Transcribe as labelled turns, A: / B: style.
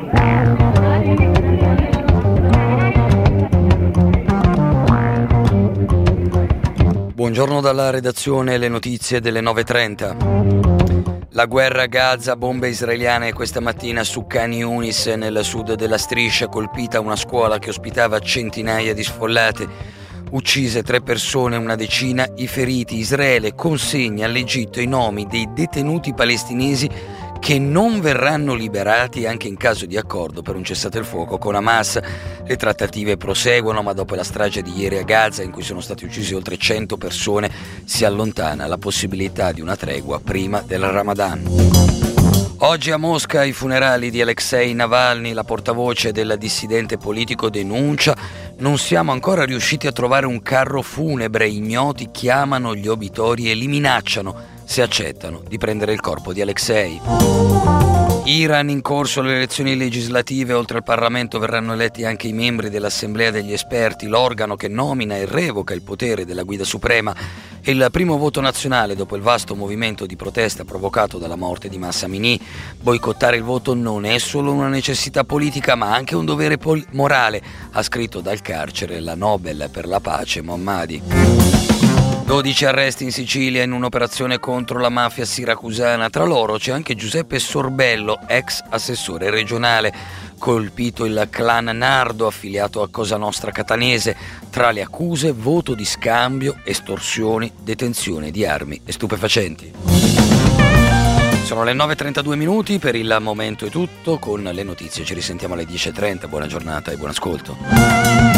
A: Buongiorno dalla redazione, le notizie delle 9:30. La guerra a Gaza, bombe israeliane questa mattina su Khan Yunis nel sud della striscia, colpita una scuola che ospitava centinaia di sfollate. Uccise 3 persone, una decina i feriti. Israele consegna all'Egitto i nomi dei detenuti palestinesi che non verranno liberati anche in caso di accordo per un cessate il fuoco con Hamas. Le trattative proseguono, ma dopo la strage di ieri a Gaza, in cui sono stati uccisi oltre 100 persone, si allontana la possibilità di una tregua prima del Ramadan. Oggi a Mosca i funerali di Alexei Navalny. La portavoce del dissidente politico denuncia: non siamo ancora riusciti a trovare un carro funebre, ignoti chiamano gli obitori e li minacciano se accettano di prendere il corpo di Alexei. Iran, in corso le elezioni legislative. Oltre al Parlamento verranno eletti anche i membri dell'Assemblea degli esperti, l'organo che nomina e revoca il potere della guida suprema. È il primo voto nazionale dopo il vasto movimento di protesta provocato dalla morte di Mahsa Amini. Boicottare il voto non è solo una necessità politica, ma anche un dovere morale, ha scritto dal carcere la Nobel per la pace Mohammadi. 12 arresti in Sicilia in un'operazione contro la mafia siracusana. Tra loro c'è anche Giuseppe Sorbello, ex assessore regionale. Colpito il clan Nardo, affiliato a Cosa Nostra catanese. Tra le accuse, voto di scambio, estorsioni, detenzione di armi e stupefacenti. Sono le 9:32 minuti, per il momento è tutto. Con le notizie ci risentiamo alle 10:30. Buona giornata e buon ascolto.